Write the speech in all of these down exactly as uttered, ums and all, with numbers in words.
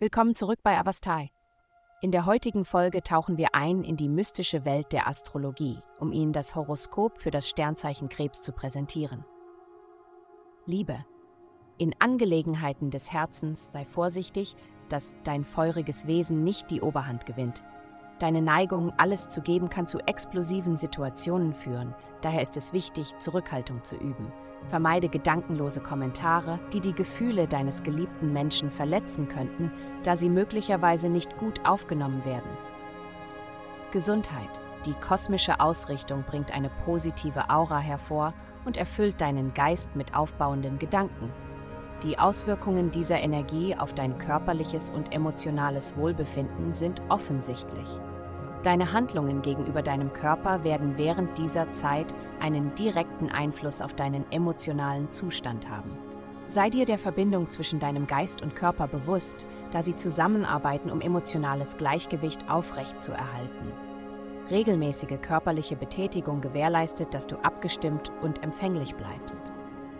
Willkommen zurück bei Avastai. In der heutigen Folge tauchen wir ein in die mystische Welt der Astrologie, um Ihnen das Horoskop für das Sternzeichen Krebs zu präsentieren. Liebe. In Angelegenheiten des Herzens sei vorsichtig, dass dein feuriges Wesen nicht die Oberhand gewinnt. Deine Neigung, alles zu geben, kann zu explosiven Situationen führen. Daher ist es wichtig, Zurückhaltung zu üben. Vermeide gedankenlose Kommentare, die die Gefühle deines geliebten Menschen verletzen könnten, da sie möglicherweise nicht gut aufgenommen werden. Gesundheit. Die kosmische Ausrichtung bringt eine positive Aura hervor und erfüllt deinen Geist mit aufbauenden Gedanken. Die Auswirkungen dieser Energie auf dein körperliches und emotionales Wohlbefinden sind offensichtlich. Deine Handlungen gegenüber deinem Körper werden während dieser Zeit einen direkten Einfluss auf deinen emotionalen Zustand haben. Sei dir der Verbindung zwischen deinem Geist und Körper bewusst, da sie zusammenarbeiten, um emotionales Gleichgewicht aufrechtzuerhalten. Regelmäßige körperliche Betätigung gewährleistet, dass du abgestimmt und empfänglich bleibst.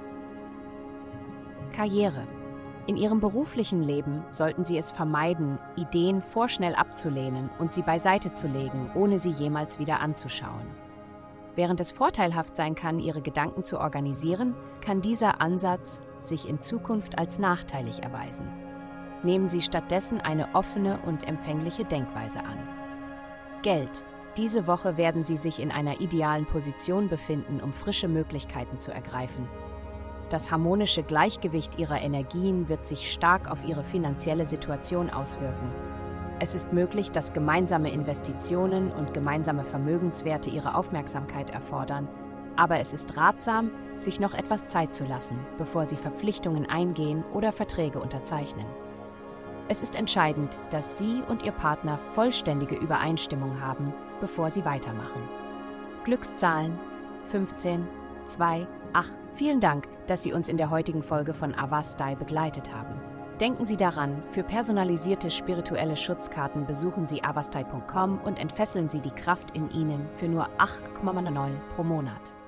Karriere. In Ihrem beruflichen Leben sollten Sie es vermeiden, Ideen vorschnell abzulehnen und sie beiseite zu legen, ohne sie jemals wieder anzuschauen. Während es vorteilhaft sein kann, Ihre Gedanken zu organisieren, kann dieser Ansatz sich in Zukunft als nachteilig erweisen. Nehmen Sie stattdessen eine offene und empfängliche Denkweise an. Geld. Diese Woche werden Sie sich in einer idealen Position befinden, um frische Möglichkeiten zu ergreifen. Das harmonische Gleichgewicht Ihrer Energien wird sich stark auf Ihre finanzielle Situation auswirken. Es ist möglich, dass gemeinsame Investitionen und gemeinsame Vermögenswerte Ihre Aufmerksamkeit erfordern, aber es ist ratsam, sich noch etwas Zeit zu lassen, bevor Sie Verpflichtungen eingehen oder Verträge unterzeichnen. Es ist entscheidend, dass Sie und Ihr Partner vollständige Übereinstimmung haben, bevor Sie weitermachen. Glückszahlen fünfzehn, zwei, acht. Vielen Dank, dass Sie uns in der heutigen Folge von Avastai begleitet haben. Denken Sie daran, für personalisierte spirituelle Schutzkarten besuchen Sie avastai punkt com und entfesseln Sie die Kraft in Ihnen für nur acht Komma neun pro Monat.